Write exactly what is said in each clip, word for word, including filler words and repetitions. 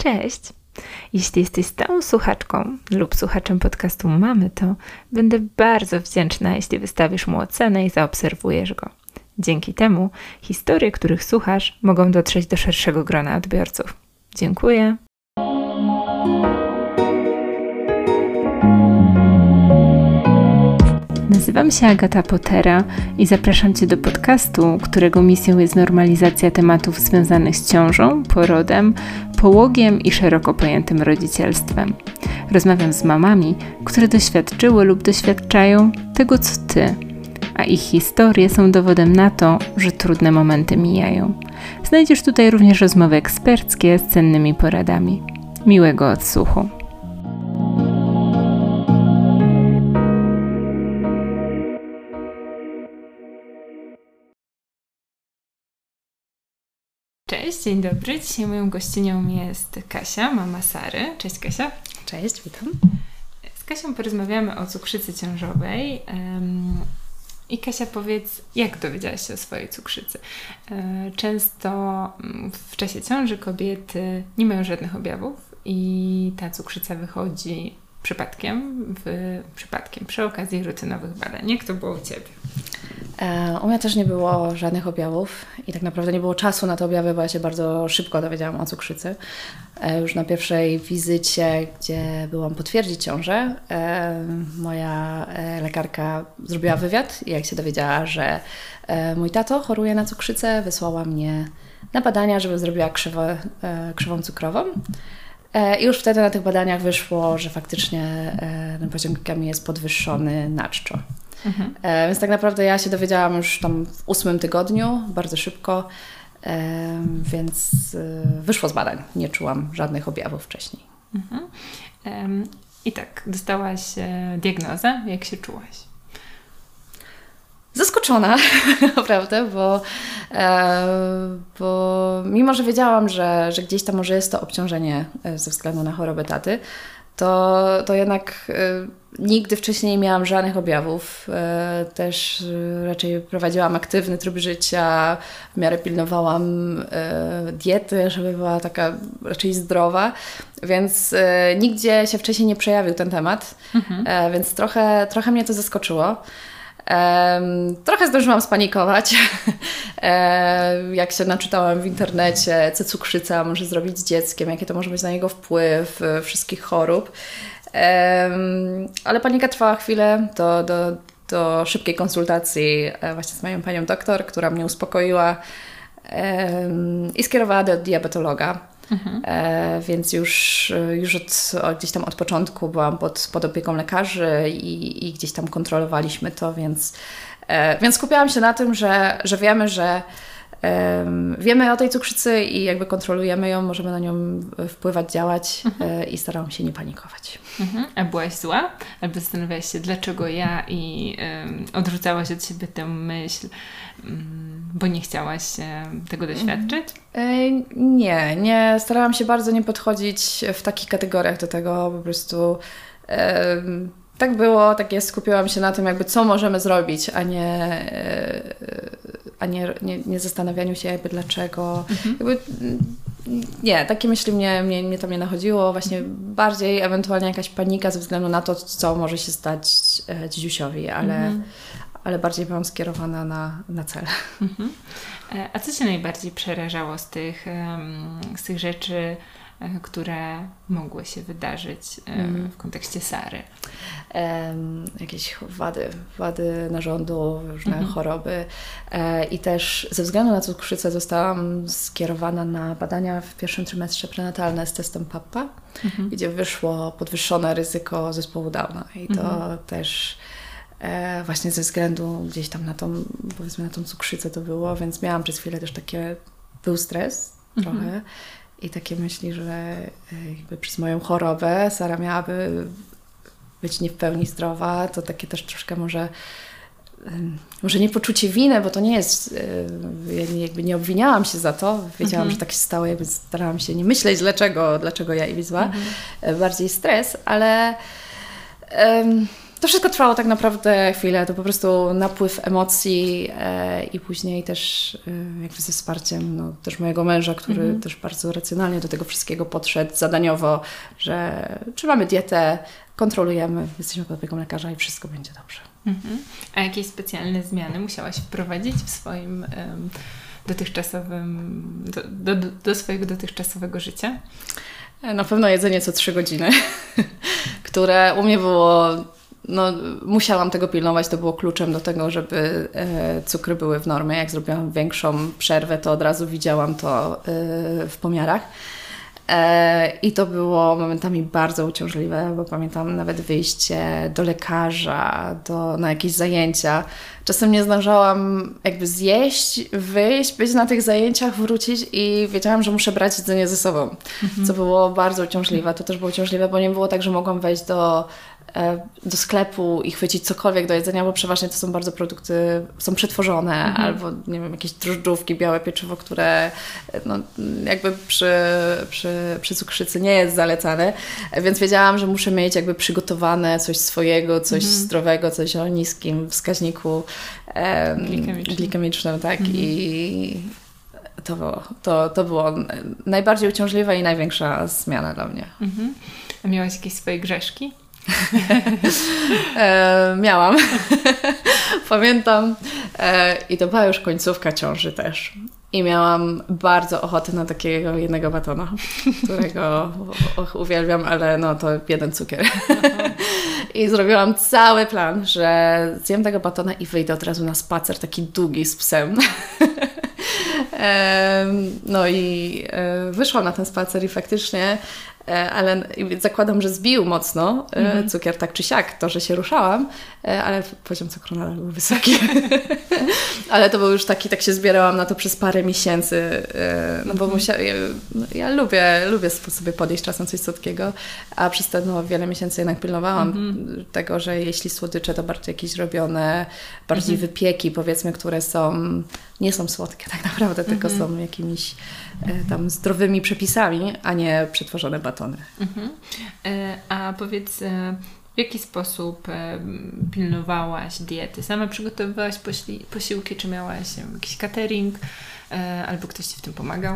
Cześć! Jeśli jesteś stałą słuchaczką lub słuchaczem podcastu Mamy To, będę bardzo wdzięczna, jeśli wystawisz mu ocenę i zaobserwujesz go. Dzięki temu historie, których słuchasz, mogą dotrzeć do szerszego grona odbiorców. Dziękuję! Nazywam się Agata Potera i zapraszam Cię do podcastu, którego misją jest normalizacja tematów związanych z ciążą, porodem, połogiem i szeroko pojętym rodzicielstwem. Rozmawiam z mamami, które doświadczyły lub doświadczają tego, co Ty, a ich historie są dowodem na to, że trudne momenty mijają. Znajdziesz tutaj również rozmowy eksperckie z cennymi poradami. Miłego odsłuchu. Cześć, dzień dobry. Dzisiaj moją gościnią jest Kasia, mama Sary. Cześć Kasia. Cześć, witam. Z Kasią porozmawiamy o cukrzycy ciążowej. Um, I Kasia, powiedz, jak dowiedziałaś się o swojej cukrzycy? Często w czasie ciąży kobiety nie mają żadnych objawów i ta cukrzyca wychodzi przypadkiem, w, przypadkiem przy okazji rutynowych badań. Jak to było u Ciebie? E, u mnie też nie było żadnych objawów i tak naprawdę nie było czasu na te objawy, bo ja się bardzo szybko dowiedziałam o cukrzycy. E, już na pierwszej wizycie, gdzie byłam potwierdzić ciążę, e, moja e, lekarka zrobiła wywiad i jak się dowiedziała, że e, mój tato choruje na cukrzycę, wysłała mnie na badania, żebym zrobiła krzywo, e, krzywą cukrową. I już wtedy na tych badaniach wyszło, że faktycznie ten poziom glikemii jest podwyższony na czczo. Mhm. Więc tak naprawdę ja się dowiedziałam już tam w ósmym tygodniu, bardzo szybko, więc wyszło z badań. Nie czułam żadnych objawów wcześniej. Mhm. Um, I tak, dostałaś diagnozę. Jak się czułaś? Zaskoczona, naprawdę, bo, e, bo mimo, że wiedziałam, że, że gdzieś tam może jest to obciążenie ze względu na chorobę taty, to, to jednak e, nigdy wcześniej nie miałam żadnych objawów. E, też raczej prowadziłam aktywny tryb życia, w miarę pilnowałam e, diety, żeby była taka raczej zdrowa, więc e, nigdzie się wcześniej nie przejawił ten temat, mhm. e, więc trochę, trochę mnie to zaskoczyło. Um, trochę zdążyłam spanikować, um, jak się naczytałam w internecie, co cukrzyca może zrobić z dzieckiem, jakie to może mieć na niego wpływ, wszystkich chorób. Um, ale panika trwała chwilę do, do, do szybkiej konsultacji właśnie z moją panią doktor, która mnie uspokoiła um, i skierowała do diabetologa. Mhm. E, więc już, już od, od, gdzieś tam od początku byłam pod, pod opieką lekarzy i, i gdzieś tam kontrolowaliśmy to, więc, e, więc skupiałam się na tym, że, że wiemy, że e, wiemy o tej cukrzycy i jakby kontrolujemy ją, możemy na nią wpływać, działać mhm. e, i starałam się nie panikować. Mhm. A byłaś zła? Albo zastanawiałaś się, dlaczego ja i y, odrzucałaś od siebie tę myśl, y, bo nie chciałaś y, tego doświadczyć? Y, nie, nie. Starałam się bardzo nie podchodzić w takich kategoriach do tego, po prostu y, tak było, tak jest, skupiłam się na tym, jakby co możemy zrobić, a nie, y, a nie, nie, nie zastanawianiu się jakby dlaczego. Mhm. Jakby, nie, takie myśli mnie, mnie, mnie to nie nachodziło. Właśnie bardziej ewentualnie jakaś panika ze względu na to, co może się stać e, dzidziusiowi, ale, mhm. ale bardziej byłam skierowana na, na cel. Mhm. A co Cię najbardziej przerażało z tych, z tych rzeczy, które mogły się wydarzyć mm. w kontekście Sary? Um, jakieś wady, wady narządu, różne mm-hmm. choroby e, i też ze względu na cukrzycę zostałam skierowana na badania w pierwszym trymestrze prenatalne z testem PAPA, mm-hmm. gdzie wyszło podwyższone ryzyko zespołu Downa i to mm-hmm. też e, właśnie ze względu gdzieś tam na tą, powiedzmy na tą cukrzycę to było, więc miałam przez chwilę też takie, był stres mm-hmm. trochę i takie myśli, że jakby przez moją chorobę Sara miałaby być nie w pełni zdrowa, to takie też troszkę może, może nie poczucie winy, bo to nie jest, ja jakby nie obwiniałam się za to, wiedziałam, mhm. że tak się stało, jakby starałam się nie myśleć dlaczego, dlaczego ja i zła, mhm. bardziej stres, ale um, to wszystko trwało tak naprawdę chwilę, to po prostu napływ emocji e, i później też e, jakby ze wsparciem no, też mojego męża, który mhm. też bardzo racjonalnie do tego wszystkiego podszedł zadaniowo, że trzymamy dietę, kontrolujemy, jesteśmy pod opieką lekarza i wszystko będzie dobrze. Mhm. A jakieś specjalne zmiany musiałaś wprowadzić w swoim um, dotychczasowym, do, do, do swojego dotychczasowego życia? Na pewno jedzenie co trzy godziny, które u mnie było, no musiałam tego pilnować, to było kluczem do tego, żeby e, cukry były w normie. Jak zrobiłam większą przerwę, to od razu widziałam to e, w pomiarach. E, I to było momentami bardzo uciążliwe, bo pamiętam nawet wyjście do lekarza, do, na jakieś zajęcia. Czasem nie zdążałam jakby zjeść, wyjść, być na tych zajęciach, wrócić i wiedziałam, że muszę brać jedzenie ze sobą, mhm. co było bardzo uciążliwe. To też było uciążliwe, bo nie było tak, że mogłam wejść do, do sklepu i chwycić cokolwiek do jedzenia, bo przeważnie to są bardzo produkty, są przetworzone, mhm. albo nie wiem, jakieś drożdżówki, białe pieczywo, które no, jakby przy, przy, przy cukrzycy nie jest zalecane, więc wiedziałam, że muszę mieć jakby przygotowane coś swojego, coś mhm. zdrowego, coś o niskim wskaźniku um, glikemicznym. glikemicznym, tak, mhm. i to było, to, to było najbardziej uciążliwe i największa zmiana dla mnie. Mhm. A miałaś jakieś swoje grzeszki? e, miałam. Pamiętam. E, I to była już końcówka ciąży też. I miałam bardzo ochotę na takiego jednego batona, którego och, uwielbiam, ale no to jeden cukier. I zrobiłam cały plan, że zjem tego batona i wyjdę od razu na spacer taki długi z psem. No i wyszłam na ten spacer i faktycznie, ale zakładam, że zbił mocno mm. cukier tak czy siak, to, że się ruszałam, ale poziom cukru nadal był wysoki. Ale to był już taki, tak się zbierałam na to przez parę miesięcy, no bo musia, ja, ja lubię, lubię sobie podjeść czasem coś słodkiego, a przez te no, wiele miesięcy jednak pilnowałam mm. tego, że jeśli słodycze, to bardziej jakieś robione, bardziej mm. wypieki, powiedzmy, które są, nie są słodkie tak naprawdę, tylko mm. są jakimiś e, tam zdrowymi przepisami, a nie przetworzone batony. Mm-hmm. E, a powiedz, e, w jaki sposób e, pilnowałaś diety? Sama przygotowywałaś pośli- posiłki, czy miałaś e, jakiś catering, e, albo ktoś Ci w tym pomagał?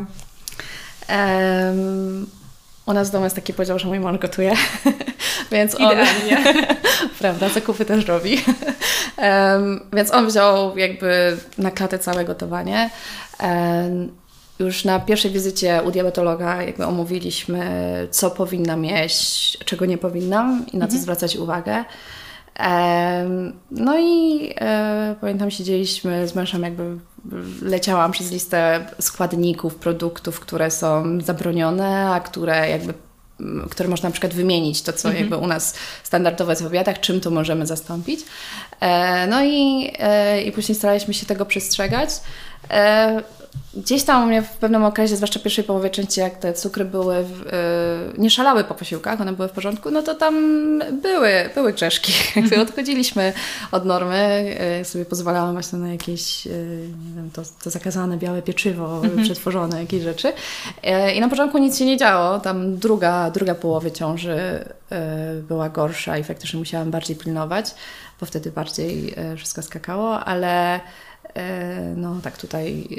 Um, u nas w domu jest taki podział, że mój mąż gotuje, więc on... Idealnie. Prawda, zakupy też robi. Um, więc on wziął jakby na klatę całe gotowanie. Um, już na pierwszej wizycie u diabetologa jakby omówiliśmy, co powinnam jeść, czego nie powinnam i na co mhm. zwracać uwagę. Um, no i e, pamiętam, siedzieliśmy z mężem, jakby leciałam przez listę składników, produktów, które są zabronione, a które jakby które można na przykład wymienić, to co mm-hmm. jakby u nas standardowe jest w obiadach, czym to możemy zastąpić. E, no i, e, i później staraliśmy się tego przestrzegać. E, Gdzieś tam u mnie w pewnym okresie, zwłaszcza w pierwszej połowie części, jak te cukry były, w, yy, nie szalały po posiłkach, one były w porządku, no to tam były, były grzeszki. Jakby odchodziliśmy od normy, yy, sobie pozwalałam właśnie na jakieś, yy, nie wiem, to, to zakazane białe pieczywo, mm-hmm. przetworzone, jakieś rzeczy. Yy, I na początku nic się nie działo, tam druga, druga połowa ciąży yy, była gorsza i faktycznie musiałam bardziej pilnować, bo wtedy bardziej yy, wszystko skakało, ale no tak tutaj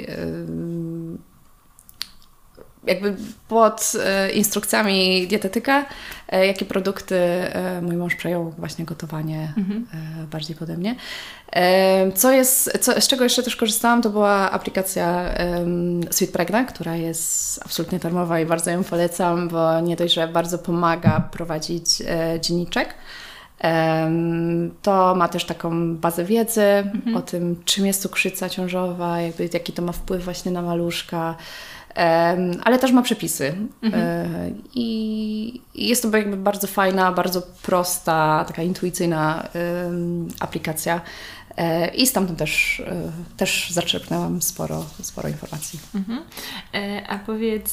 jakby pod instrukcjami dietetyka, jakie produkty mój mąż przejął właśnie gotowanie mhm. bardziej pode mnie. Co jest, co, z czego jeszcze też korzystałam, to była aplikacja Sweet Pregna, która jest absolutnie darmowa i bardzo ją polecam, bo nie dość, że bardzo pomaga prowadzić dzienniczek, to ma też taką bazę wiedzy mhm. o tym, czym jest cukrzyca ciążowa, jakby, jaki to ma wpływ właśnie na maluszka, ale też ma przepisy. Mhm. I jest to jakby bardzo fajna, bardzo prosta, taka intuicyjna aplikacja. I stamtąd też, też zaczerpnęłam sporo, sporo informacji. Mhm. A powiedz...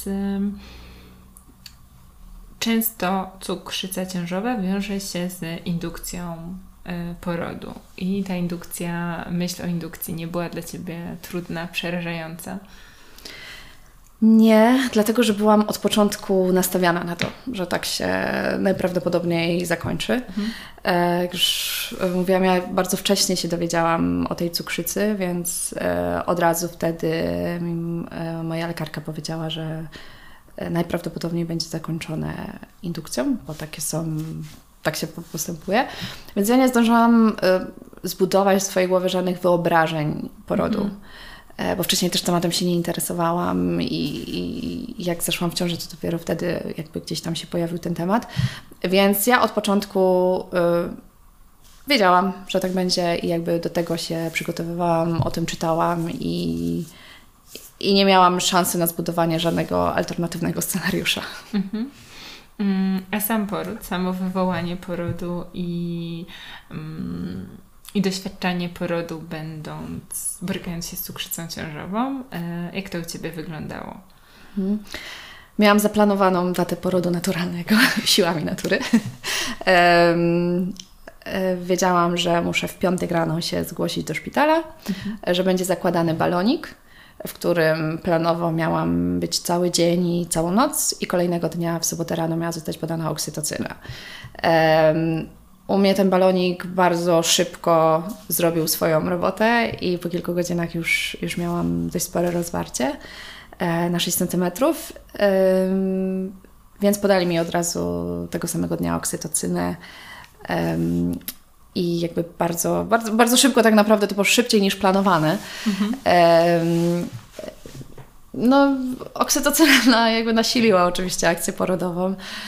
Często cukrzyca ciążowa wiąże się z indukcją y, porodu. I ta indukcja, myśl o indukcji nie była dla Ciebie trudna, przerażająca? Nie, dlatego że byłam od początku nastawiana na to, że tak się najprawdopodobniej zakończy. Mhm. E, jak już mówiłam, ja bardzo wcześnie się dowiedziałam o tej cukrzycy, więc e, od razu wtedy mi, e, moja lekarka powiedziała, że najprawdopodobniej będzie zakończone indukcją, bo takie są, tak się postępuje. Więc ja nie zdążyłam e, zbudować w swojej głowie żadnych wyobrażeń porodu. Mhm. Bo wcześniej też tematem się nie interesowałam i, i jak zeszłam w ciążę, to dopiero wtedy jakby gdzieś tam się pojawił ten temat. Więc ja od początku y, wiedziałam, że tak będzie i jakby do tego się przygotowywałam, o tym czytałam i, i nie miałam szansy na zbudowanie żadnego alternatywnego scenariusza. Mhm. A sam poród, samo wywołanie porodu i... Um... I doświadczanie porodu, będąc, borykając się z cukrzycą ciążową. Jak to u Ciebie wyglądało? Hmm. Miałam zaplanowaną datę porodu naturalnego siłami natury. um, wiedziałam, że muszę w piątek rano się zgłosić do szpitala, mhm. że będzie zakładany balonik, w którym planowo miałam być cały dzień i całą noc i kolejnego dnia w sobotę rano miała zostać podana oksytocyna. Um, U mnie ten balonik bardzo szybko zrobił swoją robotę i po kilku godzinach już, już miałam dość spore rozwarcie e, na sześć centymetrów, e, więc podali mi od razu tego samego dnia oksytocynę e, i jakby bardzo, bardzo, bardzo szybko, tak naprawdę to było szybciej niż planowane. Mhm. E, No, oksytocyna jakby nasiliła oczywiście akcję porodową,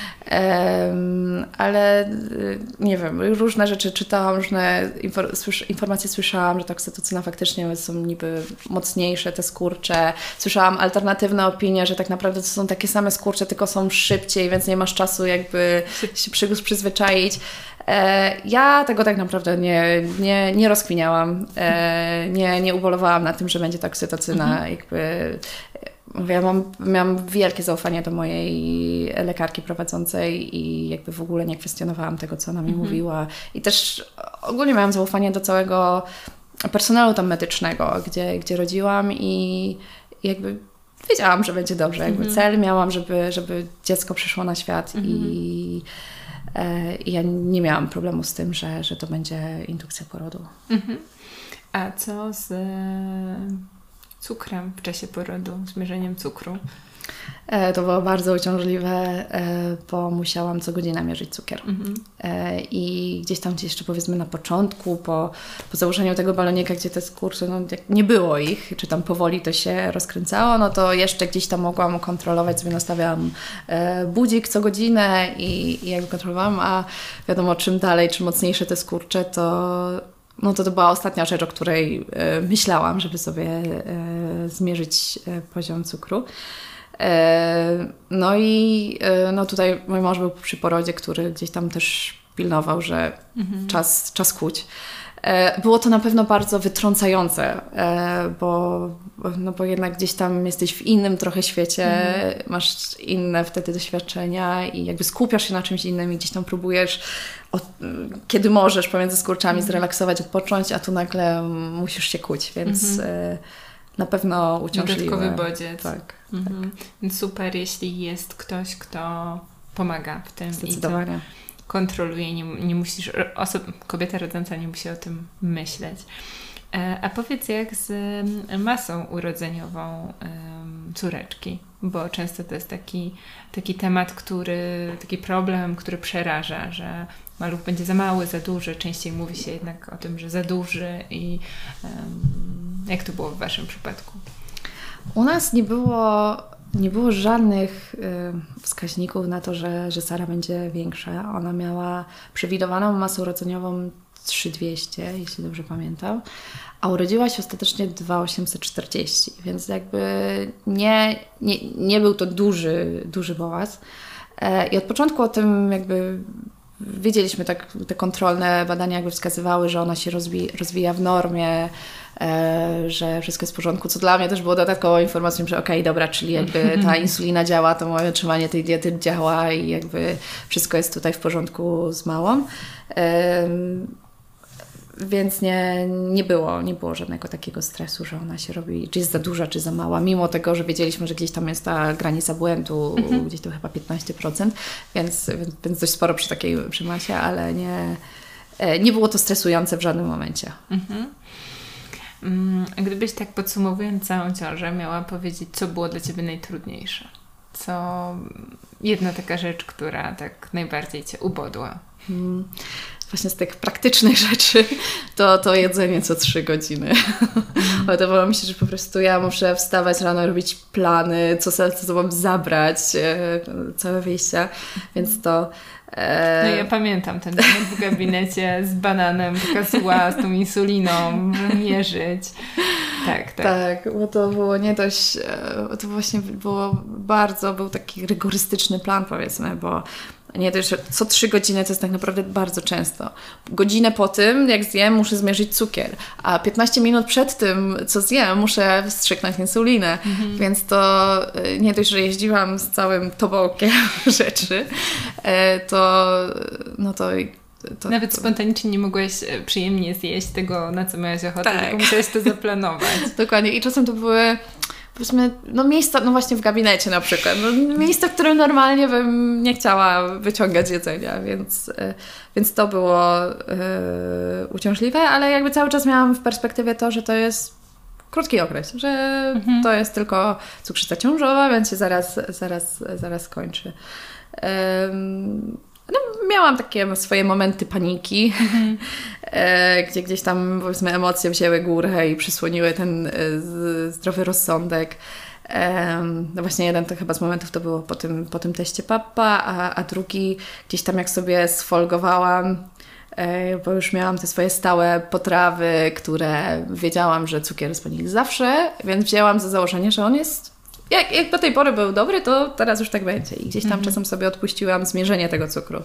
um, ale nie wiem, różne rzeczy czytałam, różne infor- słysz- informacje słyszałam, że ta oksytocyna faktycznie są niby mocniejsze te skurcze. Słyszałam alternatywne opinie, że tak naprawdę to są takie same skurcze, tylko są szybciej, więc nie masz czasu jakby się przy- przyzwyczaić. E, ja tego tak naprawdę nie, nie, nie rozkminiałam, e, nie, nie ubolewałam na tym, że będzie ta oksytocyna mhm. jakby... Ja mam, miałam wielkie zaufanie do mojej lekarki prowadzącej i jakby w ogóle nie kwestionowałam tego, co ona mi mhm. mówiła. I też ogólnie miałam zaufanie do całego personelu tam medycznego, gdzie, gdzie rodziłam i, i jakby wiedziałam, że będzie dobrze. Jakby mhm. cel miałam, żeby, żeby dziecko przyszło na świat mhm. i, e, i ja nie miałam problemu z tym, że, że to będzie indukcja porodu. Mhm. A co z... cukrem w czasie porodu, z mierzeniem cukru? E, to było bardzo uciążliwe, e, bo musiałam co godzinę mierzyć cukier. Mm-hmm. E, I gdzieś tam jeszcze powiedzmy na początku, po, po założeniu tego balonika, gdzie te skurcze, no nie było ich, czy tam powoli to się rozkręcało, no to jeszcze gdzieś tam mogłam kontrolować, sobie nastawiałam e, budzik co godzinę i, i jakby kontrolowałam, a wiadomo, czym dalej, czym mocniejsze te skurcze, to no to to była ostatnia rzecz, o której e, myślałam, żeby sobie e, zmierzyć e, poziom cukru. E, no i e, no tutaj mój mąż był przy porodzie, który gdzieś tam też pilnował, że mhm. czas, czas kuć. E, było to na pewno bardzo wytrącające, e, bo, no bo jednak gdzieś tam jesteś w innym trochę świecie, mhm. masz inne wtedy doświadczenia i jakby skupiasz się na czymś innym i gdzieś tam próbujesz od, kiedy możesz pomiędzy skurczami mhm. zrelaksować, odpocząć, a tu nagle musisz się kuć, więc mhm. e, na pewno uciążliwe. Dodatkowy bodziec. Tak, mhm. tak. Więc super, jeśli jest ktoś, kto pomaga w tym. Zdecydowanie. I kontroluje, nie, nie musisz, oso- kobieta rodząca nie musi o tym myśleć. E, a powiedz, jak z masą urodzeniową um, córeczki, bo często to jest taki, taki temat, który, taki problem, który przeraża, że maluch będzie za mały, za duży, częściej mówi się jednak o tym, że za duży i um, jak to było w Waszym przypadku? U nas nie było Nie było żadnych y, wskaźników na to, że, że Sara będzie większa. Ona miała przewidywaną masę urodzeniową trzy tysiące dwieście, jeśli dobrze pamiętam, a urodziła się ostatecznie dwa tysiące osiemset czterdzieści, więc jakby nie, nie, nie był to duży, duży bołaz. E, I od początku o tym jakby wiedzieliśmy, tak, te kontrolne badania jakby wskazywały, że ona się rozwi- rozwija w normie, e, że wszystko jest w porządku, co dla mnie też było dodatkową informacją, że okej, okay, dobra, czyli jakby ta insulina działa, to moje utrzymanie tej diety działa i jakby wszystko jest tutaj w porządku z małą. E, Więc nie, nie było, nie było żadnego takiego stresu, że ona się robi, czy jest za duża, czy za mała, mimo tego, że wiedzieliśmy, że gdzieś tam jest ta granica błędu, mhm. gdzieś to chyba piętnaście procent, więc, więc, więc dość sporo przy takiej przy masie, ale nie, nie było to stresujące w żadnym momencie. Mhm. Gdybyś tak podsumowując całą ciążę miała powiedzieć, co było dla Ciebie najtrudniejsze? Co jedna taka rzecz, która tak najbardziej Cię ubodła? Hmm. Właśnie z tych praktycznych rzeczy to, to jedzenie co trzy godziny. Wydawało mi się, że po prostu ja muszę wstawać rano, robić plany, co sobie ze sobą zabrać, całe wyjścia, więc to... No ja pamiętam ten moment w gabinecie z bananem, taka zła, z tą insuliną, mierzyć. Tak, tak. Tak, bo to było nie dość, to właśnie było bardzo, był taki rygorystyczny plan, powiedzmy, bo nie dość, że co trzy godziny to jest tak naprawdę bardzo często. Godzinę po tym, jak zjem, muszę zmierzyć cukier, a piętnaście minut przed tym, co zjem, muszę wstrzyknąć insulinę, mhm. więc to nie dość, że jeździłam z całym tobołkiem rzeczy, to no to To, Nawet to... spontanicznie nie mogłaś przyjemnie zjeść tego, na co miałaś ochotę, tak. tylko musiałaś to zaplanować. Dokładnie. I czasem to były powiedzmy, no miejsca, no właśnie w gabinecie na przykład, no miejsca, w którym normalnie bym nie chciała wyciągać jedzenia, więc, więc to było yy, uciążliwe, ale jakby cały czas miałam w perspektywie to, że to jest krótki okres, że mhm. to jest tylko cukrzyca ciążowa, więc się zaraz, zaraz, zaraz skończy. Yy, No, miałam takie swoje momenty paniki, mm-hmm. e, gdzie gdzieś tam powiedzmy emocje wzięły górę i przysłoniły ten e, z, zdrowy rozsądek. E, no właśnie jeden to chyba z momentów to było po tym, po tym teście papa, a, a drugi gdzieś tam jak sobie sfolgowałam, e, bo już miałam te swoje stałe potrawy, które wiedziałam, że cukier jest po nich zawsze, więc wzięłam za założenie, że on jest Jak, jak do tej pory był dobry, to teraz już tak będzie. I gdzieś tam mm-hmm. czasem sobie odpuściłam zmierzenie tego cukru.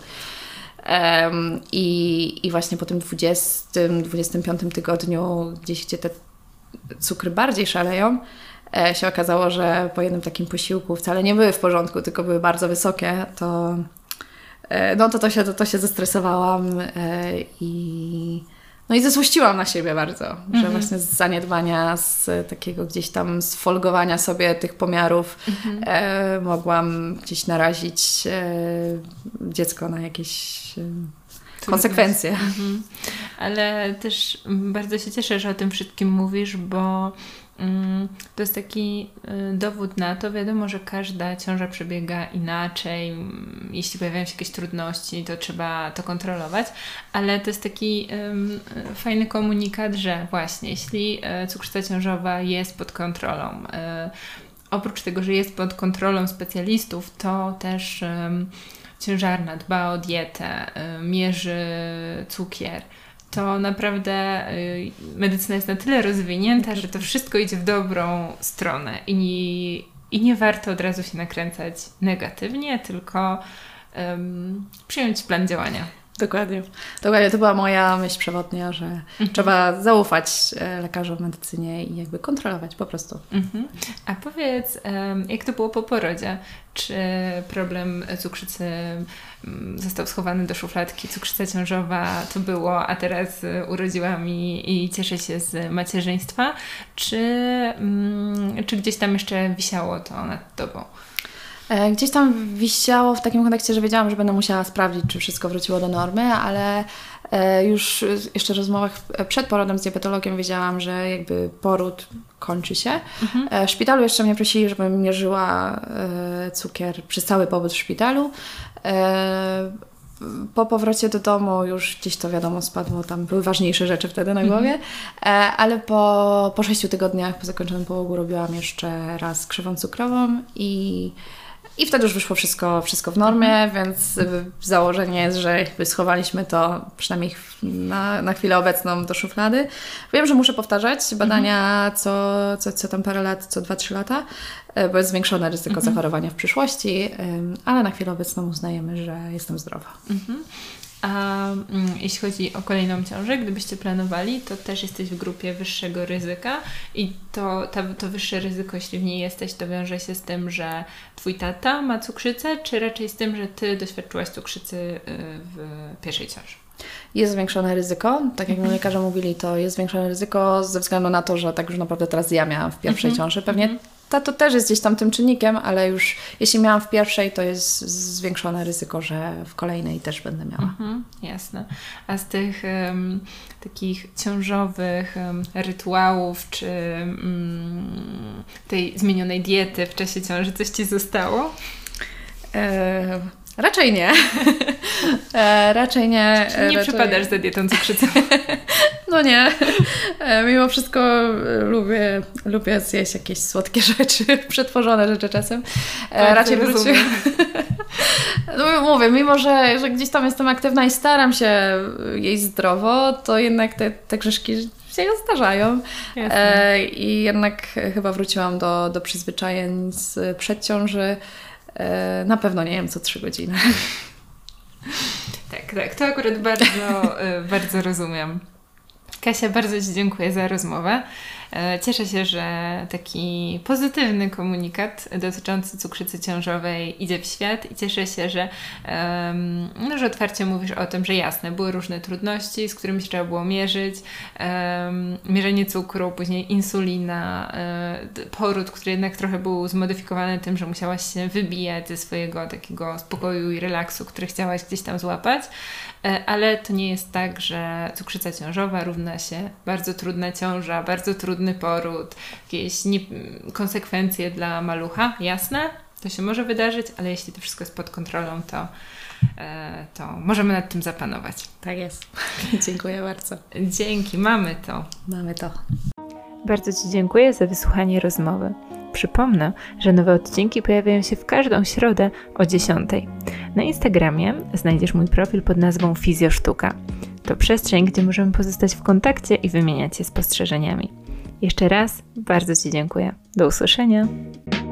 Um, i, I właśnie po tym dwudziestym, dwudziestym piątym tygodniu, gdzieś gdzie te cukry bardziej szaleją, e, się okazało, że po jednym takim posiłku wcale nie były w porządku, tylko były bardzo wysokie, to e, no to, to, się, to, to się zestresowałam e, i... No i zezłościłam na siebie bardzo, mm-hmm. że właśnie z zaniedbania, z takiego gdzieś tam sfolgowania sobie tych pomiarów mm-hmm. e, mogłam gdzieś narazić e, dziecko na jakieś e, konsekwencje. Mm-hmm. Ale też bardzo się cieszę, że o tym wszystkim mówisz, bo to jest taki dowód na to, wiadomo, że każda ciąża przebiega inaczej, jeśli pojawiają się jakieś trudności, to trzeba to kontrolować, ale to jest taki um, fajny komunikat, że właśnie, jeśli cukrzyca ciążowa jest pod kontrolą, um, oprócz tego, że jest pod kontrolą specjalistów, to też um, ciężarna dba o dietę, um, mierzy cukier, to naprawdę y, medycyna jest na tyle rozwinięta, że to wszystko idzie w dobrą stronę i nie, i nie warto od razu się nakręcać negatywnie, tylko um, przyjąć plan działania. Dokładnie. Dokładnie. To była moja myśl przewodnia, że mhm. trzeba zaufać lekarzom w medycynie i jakby kontrolować po prostu. Mhm. A powiedz, jak to było po porodzie? Czy problem cukrzycy został schowany do szufladki, cukrzyca ciążowa to było, a teraz urodziłam i, i cieszę się z macierzyństwa? Czy, czy gdzieś tam jeszcze wisiało to nad Tobą? Gdzieś tam wisiało w takim kontekście, że wiedziałam, że będę musiała sprawdzić, czy wszystko wróciło do normy, ale już jeszcze w rozmowach przed porodem z diabetologiem wiedziałam, że jakby poród kończy się. Mhm. W szpitalu jeszcze mnie prosili, żebym mierzyła cukier przez cały pobyt w szpitalu. Po powrocie do domu już gdzieś to wiadomo spadło, tam były ważniejsze rzeczy wtedy na głowie, mhm. ale po, po sześciu tygodniach po zakończonym połogu robiłam jeszcze raz krzywą cukrową i I wtedy już wyszło wszystko, wszystko w normie, mhm. więc założenie jest, że jakby schowaliśmy to przynajmniej na, na chwilę obecną do szuflady. Wiem, że muszę powtarzać badania mhm. co, co, co tam parę lat, co dwa trzy lata, bo jest zwiększone ryzyko mhm. zachorowania w przyszłości, ale na chwilę obecną uznajemy, że jestem zdrowa. Mhm. A mm, jeśli chodzi o kolejną ciążę, gdybyście planowali, to też jesteś w grupie wyższego ryzyka i to, ta, to wyższe ryzyko, jeśli w niej jesteś, to wiąże się z tym, że twój tata ma cukrzycę, czy raczej z tym, że ty doświadczyłaś cukrzycy w pierwszej ciąży? Jest zwiększone ryzyko. Tak jak mi lekarze mówili, to jest zwiększone ryzyko ze względu na to, że tak już naprawdę teraz ja miałam w pierwszej mm-hmm. ciąży. Pewnie mm-hmm. ta to też jest gdzieś tam tym czynnikiem, ale już jeśli miałam w pierwszej, to jest zwiększone ryzyko, że w kolejnej też będę miała. Mm-hmm. Jasne. A z tych um, takich ciążowych um, rytuałów, czy um, tej zmienionej diety w czasie ciąży coś Ci zostało? E- Raczej nie. e, raczej nie. Czyli nie raczej... przepadasz za dietą cukrzycową? No nie. E, mimo wszystko lubię, lubię zjeść jakieś słodkie rzeczy, przetworzone rzeczy czasem. E, raczej wróciłam. No mówię, mimo że, że gdzieś tam jestem aktywna i staram się jeść zdrowo, to jednak te, te grzeszki się zdarzają. E, I jednak chyba wróciłam do, do przyzwyczajeń z przedciąży. Na pewno nie wiem, co trzy godziny. Tak, tak. To akurat bardzo, bardzo rozumiem. Kasia, bardzo Ci dziękuję za rozmowę. Cieszę się, że taki pozytywny komunikat dotyczący cukrzycy ciążowej idzie w świat i cieszę się, że, um, no, że otwarcie mówisz o tym, że jasne, były różne trudności, z którymi się trzeba było mierzyć. Um, mierzenie cukru, później insulina, um, poród, który jednak trochę był zmodyfikowany tym, że musiałaś się wybijać ze swojego takiego spokoju i relaksu, który chciałaś gdzieś tam złapać. Ale to nie jest tak, że cukrzyca ciążowa równa się bardzo trudna ciąża, bardzo trudny poród, jakieś nie- konsekwencje dla malucha. Jasne, to się może wydarzyć, ale jeśli to wszystko jest pod kontrolą, to, e, to możemy nad tym zapanować. Tak jest. Dziękuję bardzo. Dzięki, mamy to. Mamy to. Bardzo Ci dziękuję za wysłuchanie rozmowy. Przypomnę, że nowe odcinki pojawiają się w każdą środę o dziesiątej. Na Instagramie znajdziesz mój profil pod nazwą Fizjosztuka. To przestrzeń, gdzie możemy pozostać w kontakcie i wymieniać się spostrzeżeniami. Jeszcze raz bardzo Ci dziękuję. Do usłyszenia.